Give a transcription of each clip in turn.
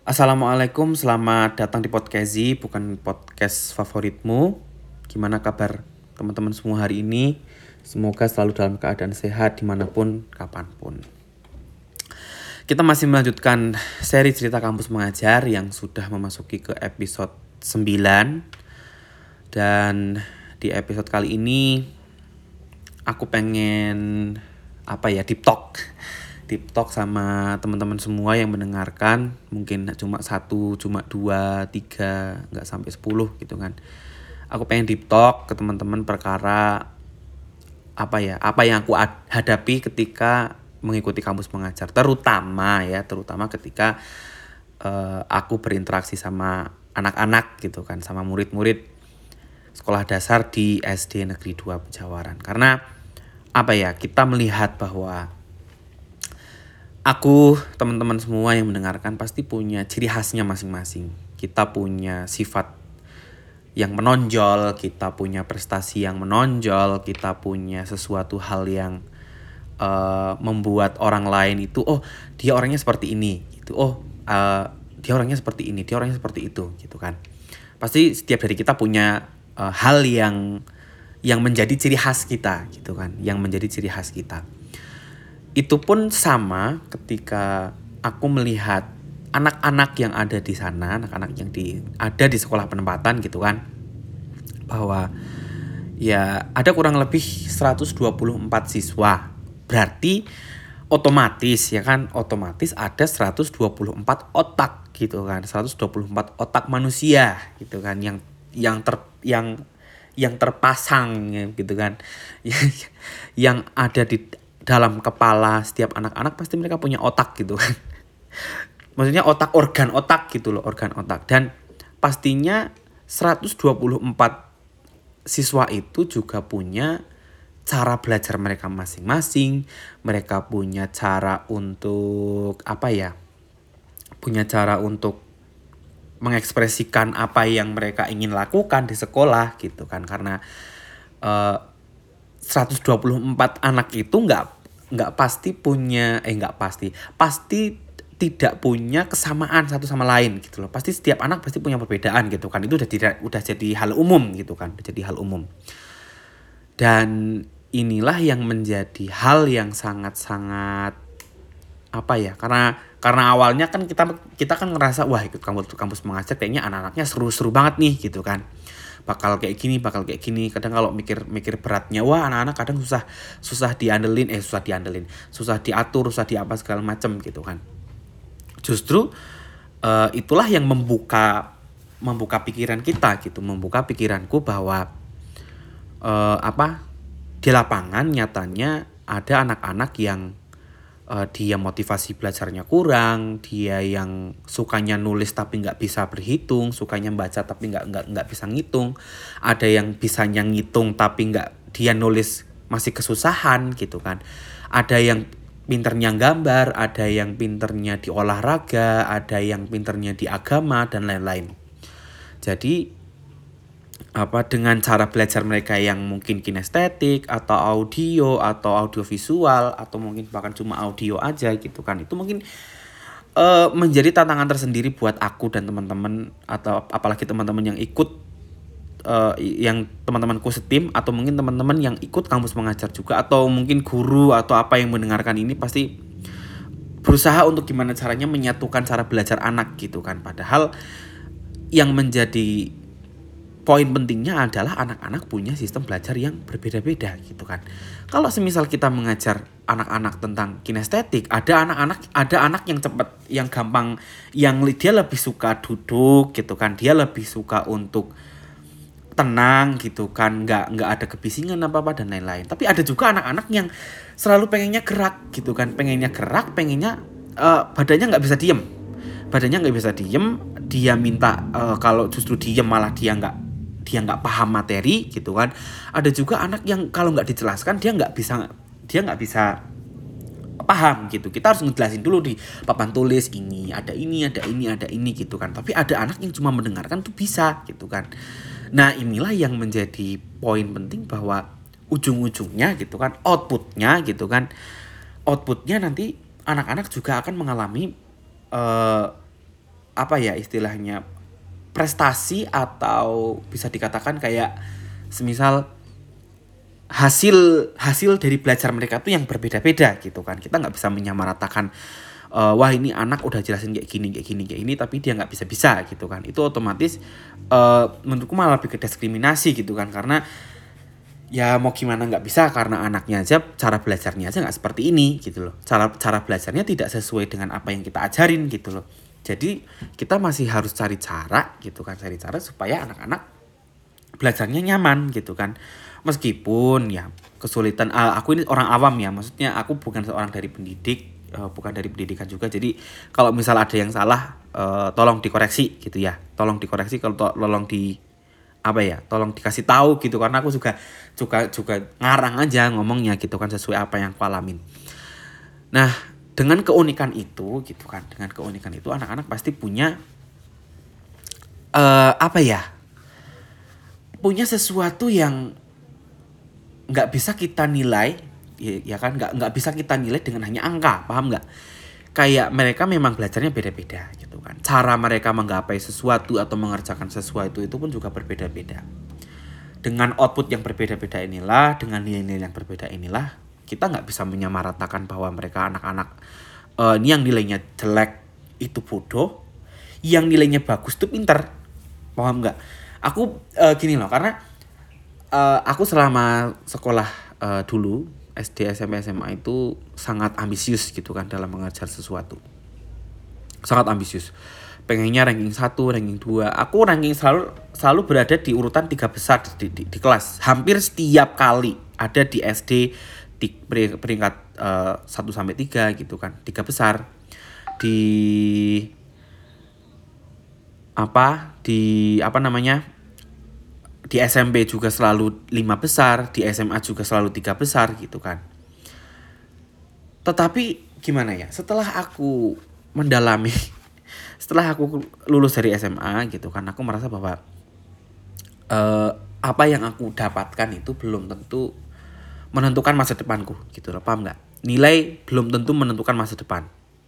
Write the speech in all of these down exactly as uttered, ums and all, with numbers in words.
Assalamualaikum, selamat datang di podcast Z, bukan podcast favoritmu. Gimana kabar teman-teman semua hari ini? Semoga selalu dalam keadaan sehat dimanapun, kapanpun. Kita masih melanjutkan seri cerita kampus mengajar yang sudah memasuki ke episode sembilan. Dan di episode kali ini aku pengen apa ya, deep talk. Deep talk sama teman-teman semua yang mendengarkan. Mungkin cuma satu, cuma dua, tiga, gak sampai sepuluh gitu kan. Aku pengen deep talk ke teman-teman perkara apa ya, apa yang aku hadapi ketika mengikuti kampus mengajar. Terutama ya, terutama ketika uh, aku berinteraksi sama anak-anak gitu kan, sama murid-murid sekolah dasar di S D Negeri dua Pejawaran. Karena apa ya, kita melihat bahwa aku, teman-teman semua yang mendengarkan pasti punya ciri khasnya masing-masing. Kita punya sifat yang menonjol, kita punya prestasi yang menonjol, kita punya sesuatu hal yang uh, membuat orang lain itu, oh dia orangnya seperti ini, gitu. Oh uh, dia orangnya seperti ini, dia orangnya seperti itu, gitu kan. Pasti setiap dari kita punya uh, hal yang yang menjadi ciri khas kita, gitu kan, yang menjadi ciri khas kita. Itu pun sama ketika aku melihat anak-anak yang ada di sana, anak-anak yang di ada di sekolah penempatan gitu kan, bahwa ya ada kurang lebih seratus dua puluh empat siswa. Berarti otomatis ya kan, otomatis ada seratus dua puluh empat otak gitu kan, seratus dua puluh empat otak manusia gitu kan, yang yang ter yang yang terpasang gitu kan, yang ada di dalam kepala setiap anak-anak. Pasti mereka punya otak gitu kan. Maksudnya otak, organ otak gitu loh, organ otak. Dan pastinya seratus dua puluh empat siswa itu juga punya cara belajar mereka masing-masing. Mereka punya cara untuk apa ya? Punya cara untuk mengekspresikan apa yang mereka ingin lakukan di sekolah gitu kan. Karena uh, seratus dua puluh empat anak itu nggak nggak pasti punya eh nggak pasti pasti tidak punya kesamaan satu sama lain gitu loh. Pasti setiap anak pasti punya perbedaan gitu kan. Itu udah tidak udah jadi hal umum gitu kan, udah jadi hal umum. Dan inilah yang menjadi hal yang sangat-sangat apa ya, karena karena awalnya kan kita kita kan ngerasa wah ikut kampus kampus mengajar kayaknya anak-anaknya seru-seru banget nih gitu kan. Bakal kayak gini, bakal kayak gini. Kadang kalau mikir-mikir beratnya, wah anak-anak kadang susah susah diandelin, eh susah diandelin, susah diatur, susah di apa segala macam gitu kan. Justru uh, itulah yang membuka membuka pikiran kita gitu, membuka pikiranku bahwa uh, apa di lapangan nyatanya ada anak-anak yang uh, dia motivasi belajarnya kurang, dia yang sukanya nulis tapi nggak bisa berhitung, sukanya baca tapi nggak nggak nggak bisa ngitung, ada yang bisanya ngitung tapi nggak, dia nulis masih kesusahan gitu kan, ada yang pinternya gambar, ada yang pinternya di olahraga, ada yang pinternya di agama dan lain-lain. Jadi apa dengan cara belajar mereka yang mungkin kinestetik atau audio atau audiovisual atau mungkin bahkan cuma audio aja gitu kan, itu mungkin uh, menjadi tantangan tersendiri buat aku dan teman-teman, atau apalagi teman-teman yang ikut uh, yang teman-temanku setim, atau mungkin teman-teman yang ikut kampus mengajar juga, atau mungkin guru atau apa yang mendengarkan ini pasti berusaha untuk gimana caranya menyatukan cara belajar anak gitu kan. Padahal yang menjadi poin pentingnya adalah anak-anak punya sistem belajar yang berbeda-beda gitu kan. Kalau semisal kita mengajar anak-anak tentang kinestetik, ada anak-anak ada anak yang cepat, yang gampang, yang dia lebih suka duduk gitu kan, dia lebih suka untuk tenang gitu kan, nggak nggak ada kebisingan apa-apa dan lain-lain. Tapi ada juga anak-anak yang selalu pengennya gerak gitu kan, pengennya gerak, pengennya uh, badannya nggak bisa diem, badannya nggak bisa diem, dia minta uh, kalau justru diem malah dia nggak dia nggak paham materi gitu kan. Ada juga anak yang kalau nggak dijelaskan dia nggak bisa dia nggak bisa paham gitu. Kita harus ngejelasin dulu di papan tulis, ini ada ini ada ini ada ini gitu kan. Tapi ada anak yang cuma mendengarkan tuh bisa gitu kan. Nah inilah yang menjadi poin penting, bahwa ujung-ujungnya gitu kan, outputnya gitu kan, outputnya nanti anak-anak juga akan mengalami uh, apa ya istilahnya, prestasi atau bisa dikatakan kayak semisal hasil hasil dari belajar mereka tuh yang berbeda-beda gitu kan. Kita nggak bisa menyamaratakan uh, wah ini anak udah jelasin kayak gini kayak gini kayak ini tapi dia nggak bisa-bisa gitu kan. Itu otomatis uh, menurutku malah lebih ke diskriminasi gitu kan, karena ya mau gimana nggak bisa, karena anaknya aja cara belajarnya aja nggak seperti ini gitu loh. Cara cara belajarnya tidak sesuai dengan apa yang kita ajarin gitu loh. Jadi kita masih harus cari cara gitu kan, cari cara supaya anak-anak belajarnya nyaman gitu kan. Meskipun ya kesulitan, uh, aku ini orang awam ya, maksudnya aku bukan seorang dari pendidik, uh, bukan dari pendidikan juga. Jadi kalau misal ada yang salah, uh, tolong dikoreksi gitu ya. Tolong dikoreksi, kalau to- tolong di apa ya, tolong dikasih tahu gitu, karena aku juga juga juga ngarang aja ngomongnya gitu kan, sesuai apa yang aku alamin. Nah, dengan keunikan itu gitu kan, dengan keunikan itu anak-anak pasti punya uh, apa ya, punya sesuatu yang nggak bisa kita nilai, ya, ya kan, nggak nggak bisa kita nilai dengan hanya angka, paham nggak? Kayak mereka memang belajarnya beda-beda gitu kan. Cara mereka menggapai sesuatu atau mengerjakan sesuatu itu pun juga berbeda-beda. Dengan output yang berbeda-beda inilah, dengan nilai-nilai yang berbeda inilah, kita nggak bisa menyamaratakan bahwa mereka anak-anak uh, ini yang nilainya jelek itu bodoh, yang nilainya bagus itu pinter, paham nggak? Aku uh, gini loh, karena uh, aku selama sekolah uh, dulu S D, S M P, S M A itu sangat ambisius gitu kan dalam mengajar sesuatu. Sangat ambisius. Pengennya ranking satu, ranking dua. Aku ranking selalu selalu berada di urutan tiga besar di, di, di kelas. Hampir setiap kali ada di S D di peringkat uh, satu sampai tiga gitu kan. Tiga besar. Di apa? Di apa namanya? Di S M P juga selalu lima besar, di S M A juga selalu tiga besar gitu kan. Tetapi gimana ya, setelah aku mendalami, setelah aku lulus dari S M A gitu kan, aku merasa bahwa uh, apa yang aku dapatkan itu belum tentu menentukan masa depanku gitu loh, paham gak? Nilai belum tentu menentukan masa depan.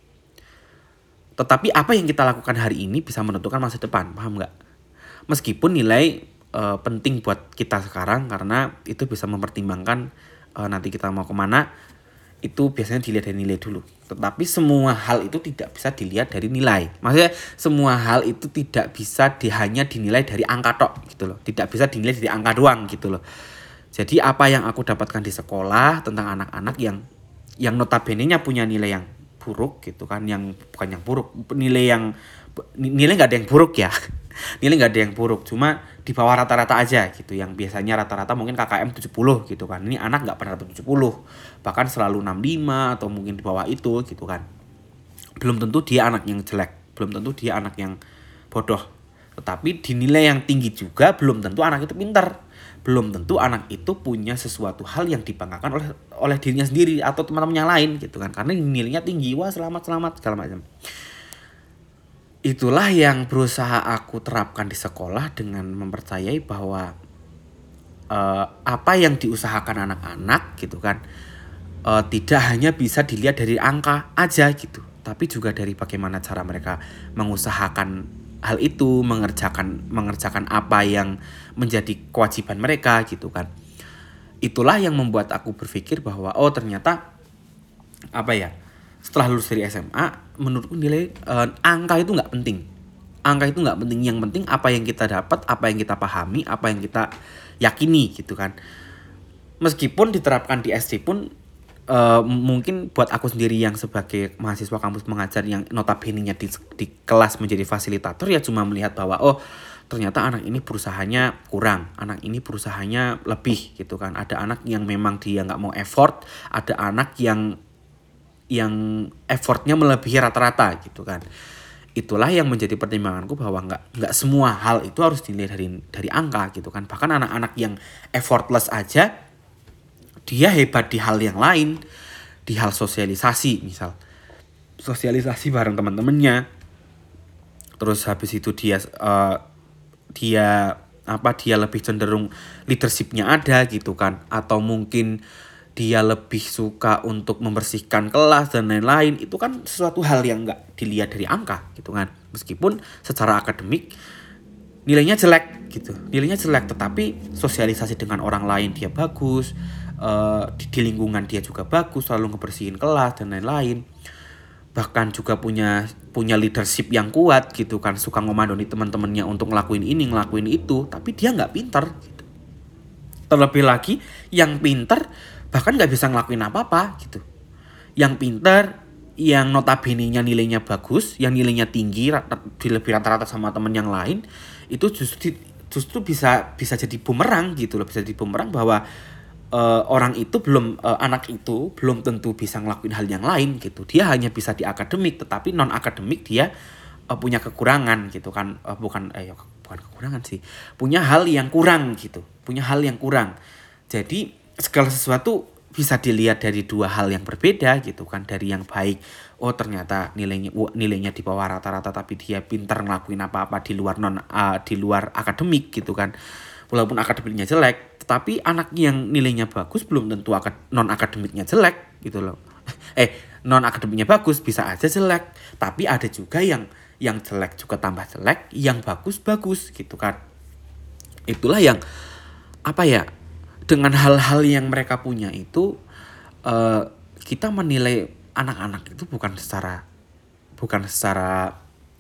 Tetapi apa yang kita lakukan hari ini bisa menentukan masa depan, paham gak? Meskipun nilai Uh, penting buat kita sekarang, karena itu bisa mempertimbangkan uh, nanti kita mau kemana, itu biasanya dilihat dari nilai dulu. Tetapi semua hal itu tidak bisa dilihat dari nilai. Maksudnya semua hal itu tidak bisa di, hanya dinilai dari angka tok gitu loh. Tidak bisa dinilai dari angka doang gitu loh. Jadi apa yang aku dapatkan di sekolah tentang anak-anak yang yang notabene-nya punya nilai yang buruk gitu kan, yang bukan yang buruk, nilai yang nilai nggak ada yang buruk ya. Nilai nggak ada yang buruk, cuma di bawah rata-rata aja gitu. Yang biasanya rata-rata mungkin K K M tujuh puluh gitu kan. Ini anak nggak pernah tujuh puluh, bahkan selalu enam puluh lima atau mungkin di bawah itu gitu kan. Belum tentu dia anak yang jelek, belum tentu dia anak yang bodoh. Tetapi dinilai yang tinggi juga belum tentu anak itu pintar. Belum tentu anak itu punya sesuatu hal yang dibanggakan oleh oleh dirinya sendiri atau teman-teman yang lain gitu kan. Karena nilainya tinggi, wah selamat-selamat segala macam. Itulah yang berusaha aku terapkan di sekolah dengan mempercayai bahwa uh, apa yang diusahakan anak-anak gitu kan uh, tidak hanya bisa dilihat dari angka aja gitu, tapi juga dari bagaimana cara mereka mengusahakan hal itu, mengerjakan mengerjakan apa yang menjadi kewajiban mereka gitu kan. Itulah yang membuat aku berpikir bahwa oh ternyata apa ya, setelah lulus dari S M A, menurutku nilai uh, angka itu nggak penting. Angka itu nggak penting. Yang penting apa yang kita dapat, apa yang kita pahami, apa yang kita yakini gitu kan. Meskipun diterapkan di S D pun, uh, mungkin buat aku sendiri yang sebagai mahasiswa kampus mengajar yang notabene-nya di, di kelas menjadi fasilitator, ya cuma melihat bahwa oh ternyata anak ini berusahanya kurang, anak ini berusahanya lebih gitu kan. Ada anak yang memang dia nggak mau effort, ada anak yang yang effortnya melebihi rata-rata gitu kan. Itulah yang menjadi pertimbanganku bahwa nggak nggak semua hal itu harus dilihat dari dari angka gitu kan. Bahkan anak-anak yang effortless aja dia hebat di hal yang lain, di hal sosialisasi, misal sosialisasi bareng teman-temannya. Terus habis itu dia uh, dia apa dia lebih cenderung leadershipnya ada gitu kan, atau mungkin dia lebih suka untuk membersihkan kelas dan lain-lain, itu kan sesuatu hal yang nggak dilihat dari angka gitu kan. Meskipun secara akademik nilainya jelek gitu, nilainya jelek, tetapi sosialisasi dengan orang lain dia bagus, uh, di, di lingkungan dia juga bagus, selalu ngebersihin kelas dan lain-lain. Bahkan juga punya punya leadership yang kuat gitu kan, suka ngomandoni teman-temannya untuk ngelakuin ini, ngelakuin itu, tapi dia nggak pinter gitu. Terlebih lagi yang pinter bahkan nggak bisa ngelakuin apa-apa gitu. Yang pinter, yang notabene-nya nilainya bagus, yang nilainya tinggi, di lebih rata-rata sama temen yang lain, itu justru justru bisa bisa jadi bumerang gitu loh, bisa jadi bumerang bahwa uh, orang itu belum uh, anak itu belum tentu bisa ngelakuin hal yang lain gitu. Dia hanya bisa di akademik, tetapi non akademik dia uh, punya kekurangan gitu kan, uh, bukan eh bukan kekurangan sih, punya hal yang kurang gitu, punya hal yang kurang. Jadi segala sesuatu bisa dilihat dari dua hal yang berbeda gitu kan. Dari yang baik, oh ternyata nilainya nilainya di bawah rata-rata tapi dia pintar ngelakuin apa-apa di luar non uh, di luar akademik gitu kan. Walaupun akademiknya jelek, tetapi anak yang nilainya bagus belum tentu akad, non akademiknya jelek gitu loh. Eh non akademiknya bagus bisa aja jelek, tapi ada juga yang yang jelek juga tambah jelek, yang bagus bagus gitu kan. Itulah yang apa ya, dengan hal-hal yang mereka punya itu uh, kita menilai anak-anak itu bukan secara bukan secara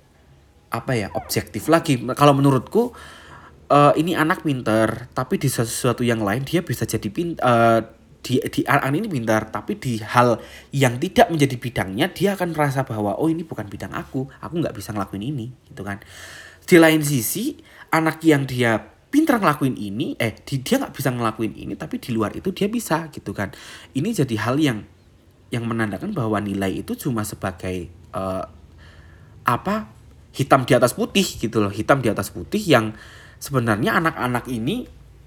apa ya, objektif lagi. Kalau menurutku uh, ini anak pintar, tapi di sesuatu yang lain dia bisa jadi pintar, uh, di di anak ini pintar, tapi di hal yang tidak menjadi bidangnya dia akan merasa bahwa oh ini bukan bidang aku, aku nggak bisa ngelakuin ini gitu kan. Di lain sisi anak yang dia pintar ngelakuin ini, eh dia nggak bisa ngelakuin ini, tapi di luar itu dia bisa gitu kan. Ini jadi hal yang yang menandakan bahwa nilai itu cuma sebagai uh, apa, hitam di atas putih gitu loh, hitam di atas putih yang sebenarnya anak-anak ini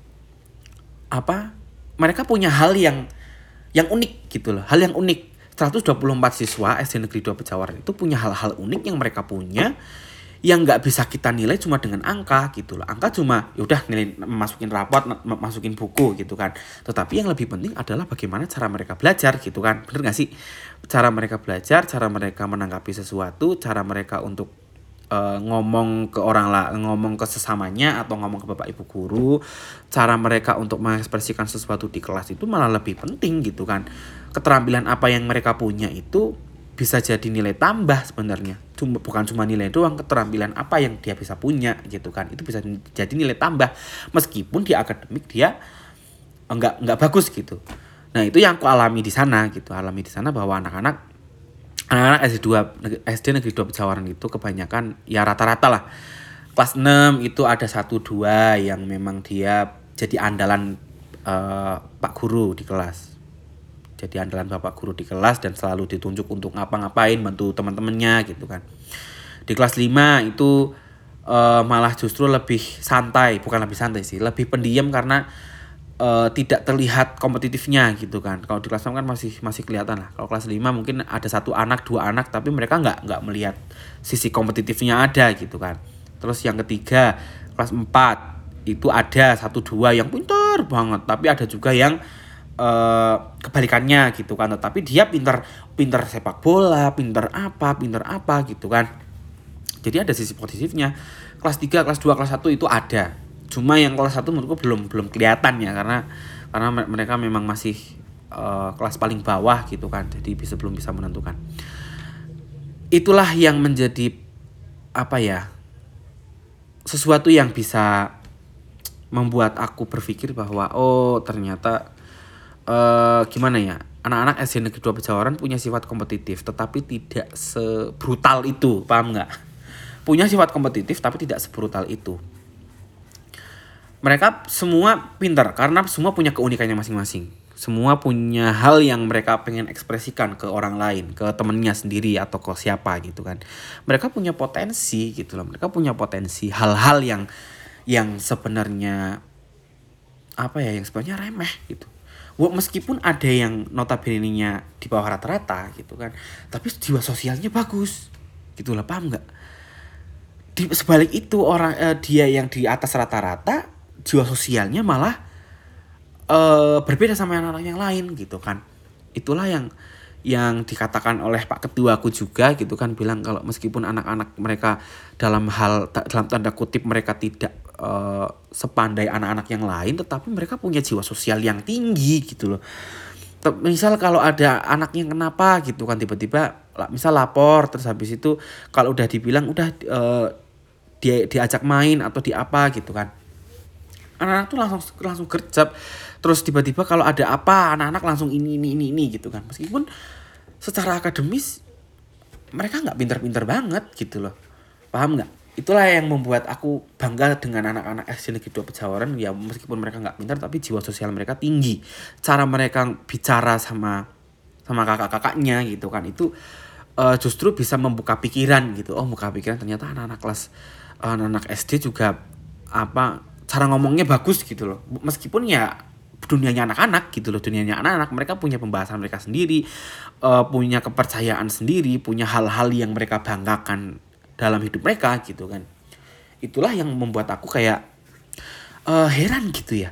apa, mereka punya hal yang yang unik gitu loh, hal yang unik. seratus dua puluh empat siswa S D Negeri dua Pejawaran itu punya hal-hal unik yang mereka punya, yang nggak bisa kita nilai cuma dengan angka gitu loh. Angka cuma yaudah nilai, masukin rapot, masukin buku gitu kan. Tetapi yang lebih penting adalah bagaimana cara mereka belajar gitu kan. Bener nggak sih? Cara mereka belajar, cara mereka menanggapi sesuatu, cara mereka untuk uh, ngomong ke orang lah, ngomong ke sesamanya atau ngomong ke bapak ibu guru, cara mereka untuk mengekspresikan sesuatu di kelas itu malah lebih penting gitu kan. Keterampilan apa yang mereka punya itu bisa jadi nilai tambah sebenarnya. Cuma bukan cuma nilai doang, keterampilan apa yang dia bisa punya gitu kan. Itu bisa jadi nilai tambah meskipun di akademik dia enggak enggak bagus gitu. Nah, itu yang aku alami di sana gitu. Alami di sana bahwa anak-anak anak-anak S D dua S D Negeri dua Pejawaran itu kebanyakan ya rata-rata lah. Kelas enam itu ada satu dua yang memang dia jadi andalan uh, Pak Guru di kelas. Jadi andalan bapak guru di kelas dan selalu ditunjuk untuk ngapa-ngapain, bantu teman-temannya gitu kan. Di kelas lima itu uh, malah justru lebih santai, bukan lebih santai sih, lebih pendiam karena uh, tidak terlihat kompetitifnya gitu kan. Kalau di kelas enam kan masih masih kelihatan lah. Kalau kelas lima mungkin ada satu anak, dua anak, tapi mereka nggak nggak melihat sisi kompetitifnya ada gitu kan. Terus yang ketiga, kelas empat itu ada satu dua yang pintar banget, tapi ada juga yang Uh, kebalikannya gitu kan. Tetapi dia pintar pintar sepak bola, pintar apa, pintar apa gitu kan. Jadi ada sisi positifnya. Kelas tiga, kelas dua, kelas satu itu ada. Cuma yang kelas satu menurutku belum belum kelihatan ya, karena karena mereka memang masih uh, kelas paling bawah gitu kan. Jadi bisa belum bisa menentukan. Itulah yang menjadi apa ya, sesuatu yang bisa membuat aku berpikir bahwa oh ternyata Uh, gimana ya, anak-anak S D Negeri dua Pejawaran punya sifat kompetitif tetapi tidak sebrutal itu, paham nggak? Punya sifat kompetitif tapi tidak sebrutal itu. Mereka semua pintar karena semua punya keunikannya masing-masing. Semua punya hal yang mereka pengen ekspresikan ke orang lain, ke temennya sendiri atau ke siapa gitu kan. Mereka punya potensi gitu loh. Mereka punya potensi hal-hal yang yang sebenarnya apa ya, yang sebenarnya remeh gitu. Meskipun ada yang notabene-nya di bawah rata-rata gitu kan, tapi jiwa sosialnya bagus gitu lah, paham nggak? Di sebalik itu orang eh, dia yang di atas rata-rata jiwa sosialnya malah uh, berbeda sama anak-anak yang lain gitu kan. Itulah yang yang dikatakan oleh Pak Ketuaku juga gitu kan, bilang kalau meskipun anak-anak mereka dalam hal dalam tanda kutip mereka tidak uh, sepandai anak-anak yang lain, tetapi mereka punya jiwa sosial yang tinggi gitu loh. Misal kalau ada anak yang kenapa gitu kan, tiba-tiba misal lapor, terus habis itu kalau udah dibilang udah uh, dia diajak main atau di apa gitu kan, anak-anak tuh langsung langsung gercep. Terus tiba-tiba kalau ada apa, anak-anak langsung ini ini ini ini gitu kan. Meskipun secara akademis mereka nggak pinter-pinter banget gitu loh, paham nggak? Itulah yang membuat aku bangga dengan anak-anak S D Negeri dua Pejawaran. Ya meskipun mereka nggak pintar, tapi jiwa sosial mereka tinggi. Cara mereka bicara sama sama kakak-kakaknya gitu kan, itu uh, justru bisa membuka pikiran gitu. Oh, membuka pikiran ternyata anak-anak kelas uh, anak-anak S D juga apa cara ngomongnya bagus gitu loh. Meskipun ya dunianya anak-anak gitu loh, dunianya anak-anak, mereka punya pembahasan mereka sendiri, uh, punya kepercayaan sendiri, punya hal-hal yang mereka banggakan dalam hidup mereka gitu kan. Itulah yang membuat aku kayak uh, heran gitu ya,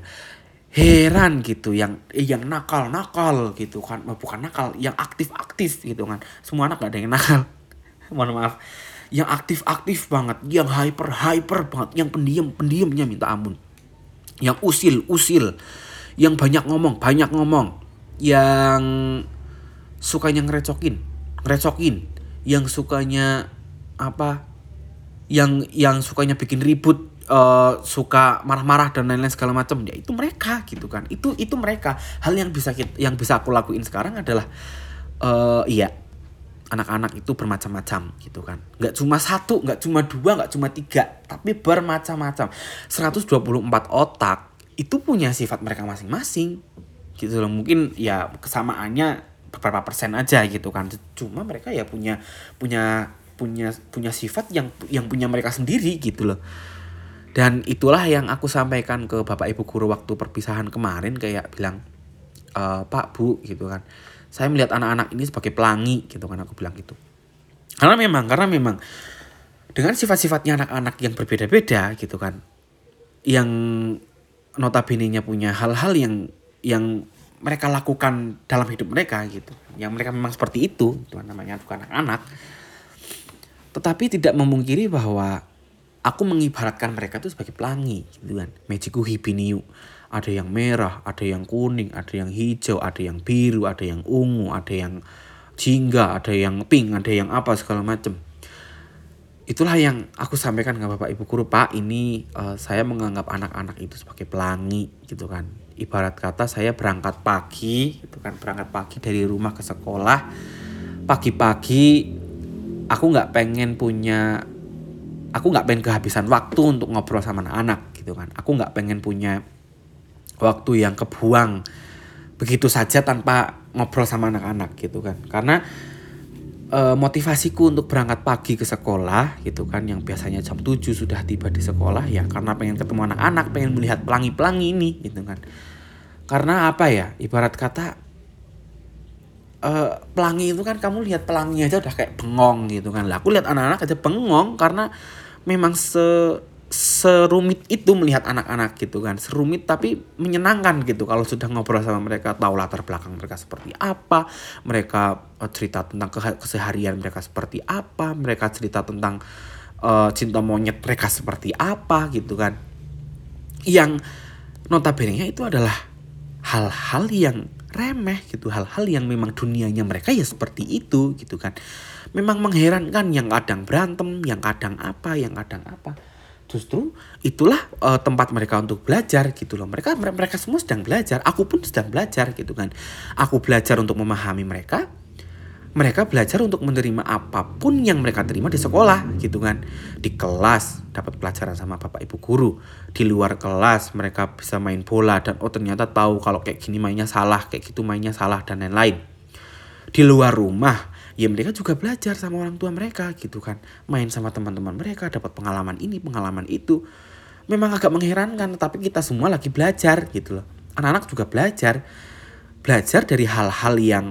heran gitu, yang eh, yang nakal-nakal gitu kan, bukan nakal, yang aktif-aktif gitu kan. Semua anak gak ada yang nakal, mohon maaf, yang aktif-aktif banget, yang hyper-hyper banget, yang pendiam-pendiamnya minta ampun, yang usil-usil, yang banyak ngomong, banyak ngomong, yang sukanya ngerecokin, ngerecokin, yang sukanya apa, yang yang sukanya bikin ribut, uh, suka marah-marah dan lain-lain segala macam. Ya itu mereka gitu kan, itu itu mereka. Hal yang bisa kita, yang bisa aku lakuin sekarang adalah uh, iya, anak-anak itu bermacam-macam gitu kan, nggak cuma satu, nggak cuma dua, nggak cuma tiga, tapi bermacam-macam. seratus dua puluh empat otak itu punya sifat mereka masing-masing gitu loh. Mungkin ya kesamaannya beberapa persen aja gitu kan, cuma mereka ya punya punya punya punya sifat yang yang punya mereka sendiri gitu loh. Dan itulah yang aku sampaikan ke Bapak Ibu guru waktu perpisahan kemarin, kayak bilang, e, Pak Bu gitu kan, saya melihat anak-anak ini sebagai pelangi gitu kan, aku bilang gitu. Karena memang karena memang dengan sifat-sifatnya anak-anak yang berbeda-beda gitu kan, yang notabene-nya punya hal-hal yang yang mereka lakukan dalam hidup mereka gitu, yang mereka memang seperti itu, itu namanya bukan anak-anak. Tetapi tidak memungkiri bahwa aku mengibaratkan mereka itu sebagai pelangi gitu kan. Magiku hibiniu, ada yang merah, ada yang kuning, ada yang hijau, ada yang biru, ada yang ungu, ada yang jingga, ada yang pink, ada yang apa segala macam. Itulah yang aku sampaikan ke Bapak Ibu guru, Pak, ini uh, saya menganggap anak-anak itu sebagai pelangi gitu kan. Ibarat kata saya berangkat pagi gitu kan, berangkat pagi dari rumah ke sekolah. Pagi-pagi aku nggak pengen punya, aku nggak pengen kehabisan waktu untuk ngobrol sama anak-anak gitu kan. Aku nggak pengen punya waktu yang kebuang begitu saja tanpa ngobrol sama anak-anak gitu kan. Karena e, motivasiku untuk berangkat pagi ke sekolah gitu kan, yang biasanya jam tujuh sudah tiba di sekolah, ya karena pengen ketemu anak-anak, pengen melihat pelangi-pelangi ini gitu kan. Karena apa ya, ibarat kata e, pelangi itu kan, kamu lihat pelangi aja udah kayak bengong gitu kan. Lah aku lihat anak-anak aja bengong karena memang se serumit itu melihat anak-anak gitu kan. Serumit tapi menyenangkan gitu kalau sudah ngobrol sama mereka, tahu latar belakang mereka seperti apa, mereka uh, cerita tentang ke- keseharian mereka seperti apa, mereka cerita tentang uh, cinta monyet mereka seperti apa gitu kan. Yang notabene-nya itu adalah hal-hal yang remeh gitu, hal-hal yang memang dunianya mereka ya seperti itu gitu kan. Memang mengherankan, yang kadang berantem, yang kadang apa, yang kadang apa. Justru itulah uh, tempat mereka untuk belajar gitu loh. Mereka mereka semua sedang belajar, aku pun sedang belajar gitu kan. Aku belajar untuk memahami mereka, mereka belajar untuk menerima apapun yang mereka terima di sekolah gitu kan. Di kelas dapat pelajaran sama bapak ibu guru, di luar kelas mereka bisa main bola dan oh ternyata tahu kalau kayak gini mainnya salah, kayak gitu mainnya salah dan lain-lain. Di luar rumah ya mereka juga belajar sama orang tua mereka gitu kan, main sama teman-teman mereka, dapat pengalaman ini, pengalaman itu. Memang agak mengherankan, tapi kita semua lagi belajar gitu loh. Anak-anak juga belajar, belajar dari hal-hal yang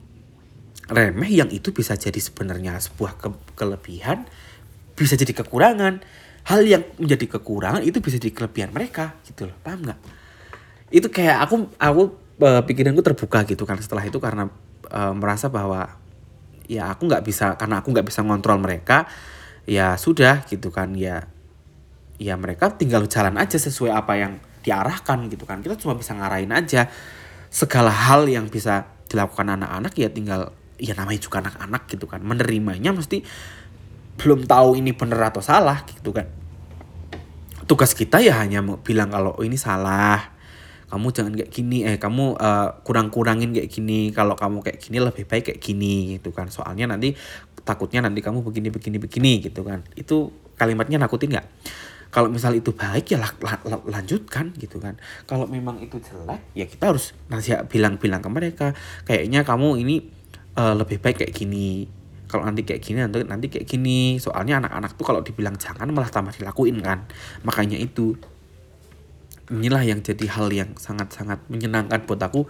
remeh, yang itu bisa jadi sebenarnya sebuah ke- kelebihan, bisa jadi kekurangan. Hal yang menjadi kekurangan itu bisa jadi kelebihan mereka gitu loh, paham nggak? Itu kayak aku aku uh, pikiranku terbuka gitu kan setelah itu, karena uh, merasa bahwa ya aku nggak bisa, karena aku nggak bisa ngontrol mereka, ya sudah gitu kan, ya ya mereka tinggal jalan aja sesuai apa yang diarahkan gitu kan. Kita cuma bisa ngarahin aja segala hal yang bisa dilakukan anak-anak, ya tinggal, ya namanya juga anak-anak gitu kan, menerimanya mesti belum tahu ini bener atau salah gitu kan. Tugas kita ya hanya mau bilang kalau oh, ini salah, kamu jangan kayak gini, eh kamu uh, kurang-kurangin kayak gini, kalau kamu kayak gini lebih baik kayak gini gitu kan, soalnya nanti takutnya nanti kamu begini begini begini gitu kan. Itu kalimatnya nakutin nggak? Kalau misal itu baik ya la- la- la- lanjutkan gitu kan. Kalau memang itu jelek ya kita harus nasihat, bilang-bilang ke mereka, kayaknya kamu ini uh, lebih baik kayak gini, kalau nanti kayak gini nanti nanti kayak gini. Soalnya anak-anak tuh kalau dibilang jangan malah tambah dilakuin kan. Makanya itu, inilah yang jadi hal yang sangat-sangat menyenangkan buat aku,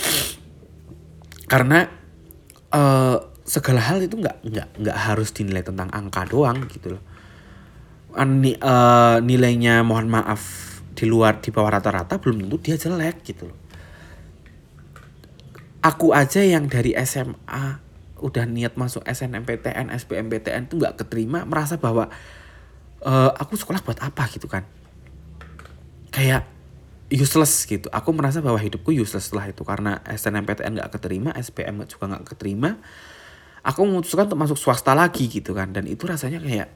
karena uh, segala hal itu nggak nggak nggak harus dinilai tentang angka doang gitu loh. Ni, uh, nilainya mohon maaf di luar, di bawah rata-rata, belum tentu dia jelek gitu loh. Aku aja yang dari S M A udah niat masuk S N M P T N, S B M P T N tuh nggak keterima, merasa bahwa uh, aku sekolah buat apa gitu kan, kayak useless gitu. Aku merasa bahwa hidupku useless setelah itu, karena S N M P T N nggak keterima, S B M juga nggak keterima. Aku memutuskan untuk masuk swasta lagi gitu kan, dan itu rasanya kayak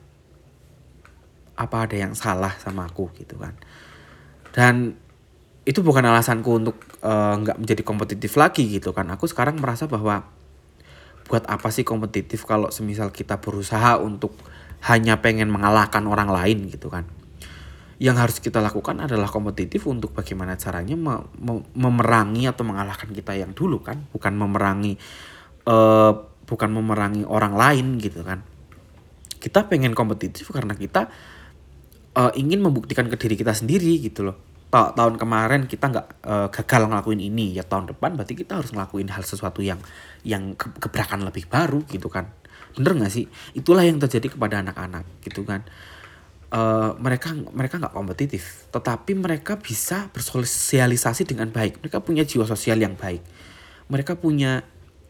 apa ada yang salah sama aku gitu kan. Dan itu bukan alasanku untuk nggak uh, menjadi kompetitif lagi gitu kan. Aku sekarang merasa bahwa buat apa sih kompetitif kalau semisal kita berusaha untuk hanya pengen mengalahkan orang lain gitu kan. Yang harus kita lakukan adalah kompetitif untuk bagaimana caranya me- me- memerangi atau mengalahkan kita yang dulu kan, bukan memerangi uh, bukan memerangi orang lain gitu kan. Kita pengen kompetitif karena kita uh, ingin membuktikan ke diri kita sendiri gitu loh. Ta- tahun kemarin kita nggak uh, gagal ngelakuin ini, ya tahun depan berarti kita harus ngelakuin hal sesuatu yang yang ke- gebrakan lebih baru gitu kan. Bener nggak sih? Itulah yang terjadi kepada anak-anak gitu kan. Uh, mereka mereka nggak kompetitif, tetapi mereka bisa bersosialisasi dengan baik. Mereka punya jiwa sosial yang baik. Mereka punya,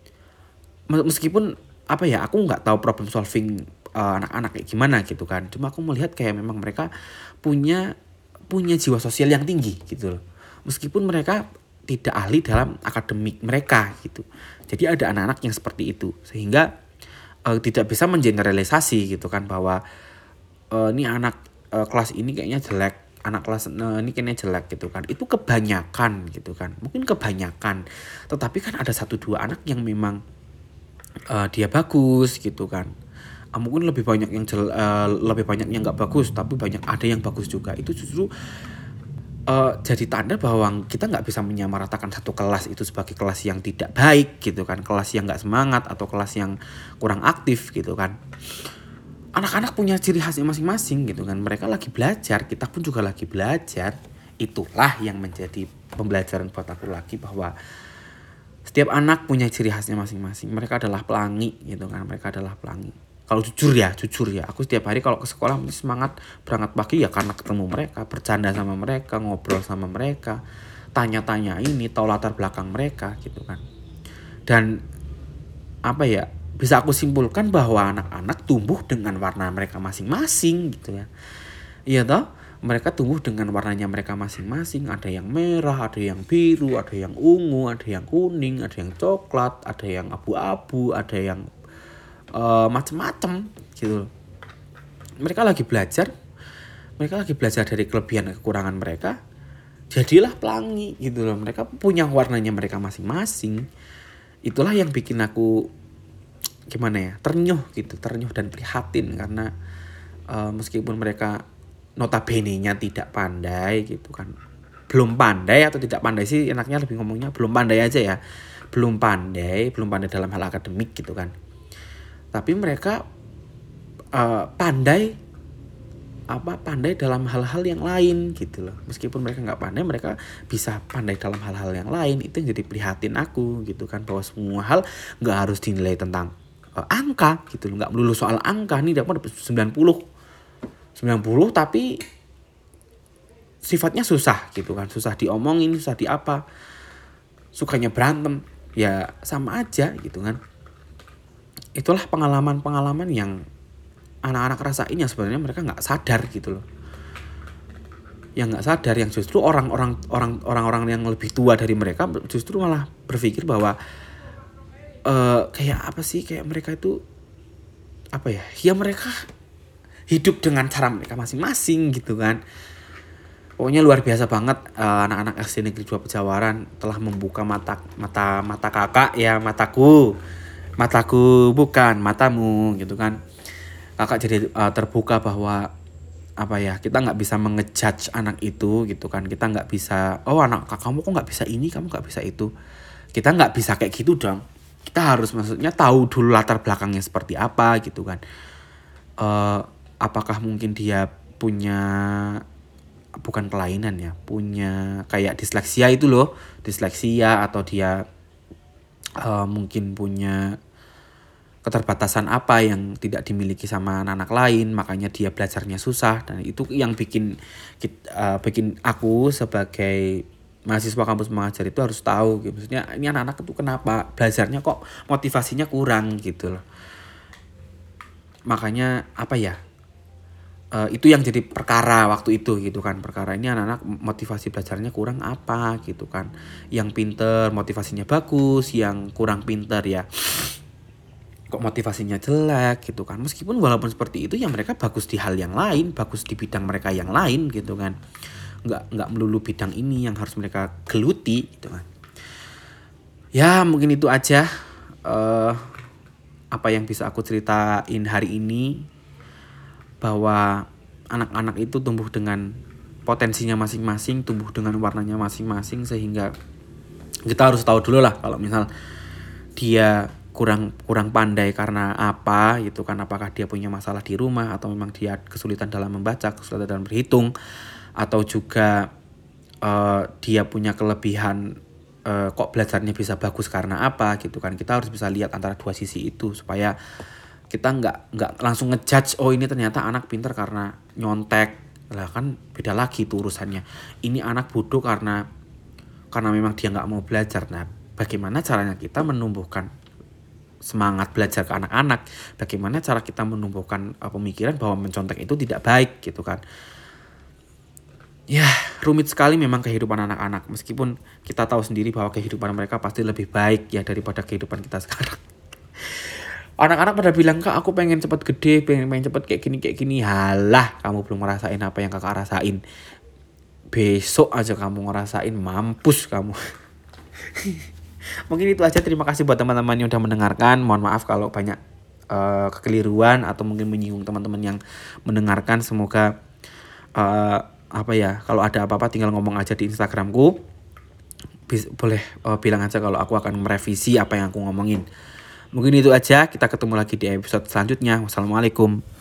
meskipun apa ya, aku nggak tahu problem solving uh, anak-anak kayak gimana gitu kan. Cuma aku melihat kayak memang mereka punya punya jiwa sosial yang tinggi gitu loh. Meskipun mereka tidak ahli dalam akademik mereka gitu. Jadi ada anak-anak yang seperti itu, sehingga uh, tidak bisa mengeneralisasi gitu kan, bahwa uh, ini anak uh, kelas ini kayaknya jelek, anak kelas uh, ini kayaknya jelek gitu kan. Itu kebanyakan gitu kan. Mungkin kebanyakan. Tetapi kan ada satu dua anak yang memang uh, dia bagus gitu kan. Uh, mungkin lebih banyak yang jel, uh, lebih banyak yang nggak bagus, tapi banyak ada yang bagus juga. Itu justru uh, jadi tanda bahwa kita nggak bisa menyamaratakan satu kelas itu sebagai kelas yang tidak baik gitu kan, kelas yang nggak semangat atau kelas yang kurang aktif gitu kan. Anak-anak punya ciri khasnya masing-masing gitu kan. Mereka lagi belajar, kita pun juga lagi belajar. Itulah yang menjadi pembelajaran buat aku lagi, bahwa setiap anak punya ciri khasnya masing-masing. Mereka adalah pelangi gitu kan. Mereka adalah pelangi. Kalau jujur ya, jujur ya. Aku setiap hari kalau ke sekolah mesti semangat berangkat pagi ya karena ketemu mereka, bercanda sama mereka, ngobrol sama mereka, tanya-tanya ini, tahu latar belakang mereka gitu kan. Dan apa ya, bisa aku simpulkan bahwa anak-anak tumbuh dengan warna mereka masing-masing gitu ya. Iya toh? Mereka tumbuh dengan warnanya mereka masing-masing. Ada yang merah, ada yang biru, ada yang ungu, ada yang kuning, ada yang coklat, ada yang abu-abu, ada yang uh, macem-macem gitu. Mereka lagi belajar, mereka lagi belajar dari kelebihan dan kekurangan mereka. Jadilah pelangi gitu loh. Mereka punya warnanya mereka masing-masing. Itulah yang bikin aku gimana ya, ternyuh gitu, ternyuh dan prihatin, karena uh, meskipun mereka notabene-nya tidak pandai gitu kan, belum pandai atau tidak pandai sih enaknya lebih ngomongnya belum pandai aja ya, belum pandai belum pandai dalam hal akademik gitu kan, tapi mereka uh, pandai apa pandai dalam hal-hal yang lain gitu loh. Meskipun mereka nggak pandai, mereka bisa pandai dalam hal-hal yang lain. Itu yang jadi prihatin aku gitu kan, bahwa semua hal nggak harus dinilai tentang uh, angka gitu loh, nggak melulu soal angka. Nih dapat sembilan puluh sembilan puluh tapi sifatnya susah gitu kan, susah diomongin, susah di apa, sukanya berantem, ya sama aja gitu kan. Itulah pengalaman-pengalaman yang anak-anak rasain yang sebenarnya mereka nggak sadar gitu loh. Yang nggak sadar, yang justru orang-orang orang orang-orang yang lebih tua dari mereka justru malah berpikir bahwa uh, kayak apa sih, kayak mereka itu apa ya, ya mereka hidup dengan cara mereka masing-masing gitu kan. Pokoknya luar biasa banget, uh, anak-anak S D Negeri dua Pejawaran telah membuka mata mata mata kakak ya, mataku. Mataku bukan matamu gitu kan. Kakak jadi uh, terbuka bahwa apa ya, kita nggak bisa mengejudge anak itu gitu kan. Kita nggak bisa, oh anak kamu kok nggak bisa ini, kamu nggak bisa itu. Kita nggak bisa kayak gitu dong. Kita harus maksudnya tahu dulu latar belakangnya seperti apa gitu kan. Uh, apakah mungkin dia punya, bukan kelainan ya, punya kayak disleksia itu loh, disleksia, atau dia uh, mungkin punya keterbatasan apa yang tidak dimiliki sama anak-anak lain, makanya dia belajarnya susah. Dan itu yang bikin uh, bikin aku sebagai mahasiswa kampus mengajar itu harus tahu gitu. Maksudnya ini anak-anak itu kenapa belajarnya kok motivasinya kurang gitu loh. Makanya apa ya, Uh, itu yang jadi perkara waktu itu gitu kan. Perkara ini anak-anak motivasi belajarnya kurang apa gitu kan. Yang pinter motivasinya bagus, yang kurang pinter ya kok motivasinya jelek gitu kan. Meskipun walaupun seperti itu ya mereka bagus di hal yang lain, bagus di bidang mereka yang lain gitu kan. Nggak, nggak melulu bidang ini yang harus mereka geluti gitu kan. Ya mungkin itu aja uh, apa yang bisa aku ceritain hari ini, bahwa anak-anak itu tumbuh dengan potensinya masing-masing, tumbuh dengan warnanya masing-masing, sehingga kita harus tahu dulu lah kalau misal dia kurang kurang pandai karena apa gitu kan. Apakah dia punya masalah di rumah, atau memang dia kesulitan dalam membaca, kesulitan dalam berhitung, atau juga uh, dia punya kelebihan uh, kok belajarnya bisa bagus karena apa gitu kan. Kita harus bisa lihat antara dua sisi itu supaya kita nggak nggak langsung ngejudge, oh ini ternyata anak pintar karena nyontek lah, kan beda lagi tuh urusannya. Ini anak bodoh karena karena memang dia nggak mau belajar. Nah, bagaimana caranya kita menumbuhkan semangat belajar ke anak-anak? Bagaimana cara kita menumbuhkan uh, pemikiran bahwa mencontek itu tidak baik gitu kan? Ya rumit sekali memang kehidupan anak-anak, meskipun kita tahu sendiri bahwa kehidupan mereka pasti lebih baik ya daripada kehidupan kita sekarang. Anak-anak pada bilang, kak aku pengen cepet gede, pengen, pengen cepet kayak gini kayak gini. Halah, kamu belum ngerasain apa yang kakak rasain. Besok aja kamu ngerasain, mampus kamu. Mungkin itu aja, terima kasih buat teman-teman yang udah mendengarkan. Mohon maaf kalau banyak uh, kekeliruan atau mungkin menyinggung teman-teman yang mendengarkan. Semoga uh, apa ya, kalau ada apa-apa tinggal ngomong aja di Instagramku. Bis, boleh uh, bilang aja kalau aku akan merevisi apa yang aku ngomongin. Mungkin itu aja, kita ketemu lagi di episode selanjutnya. Wassalamualaikum.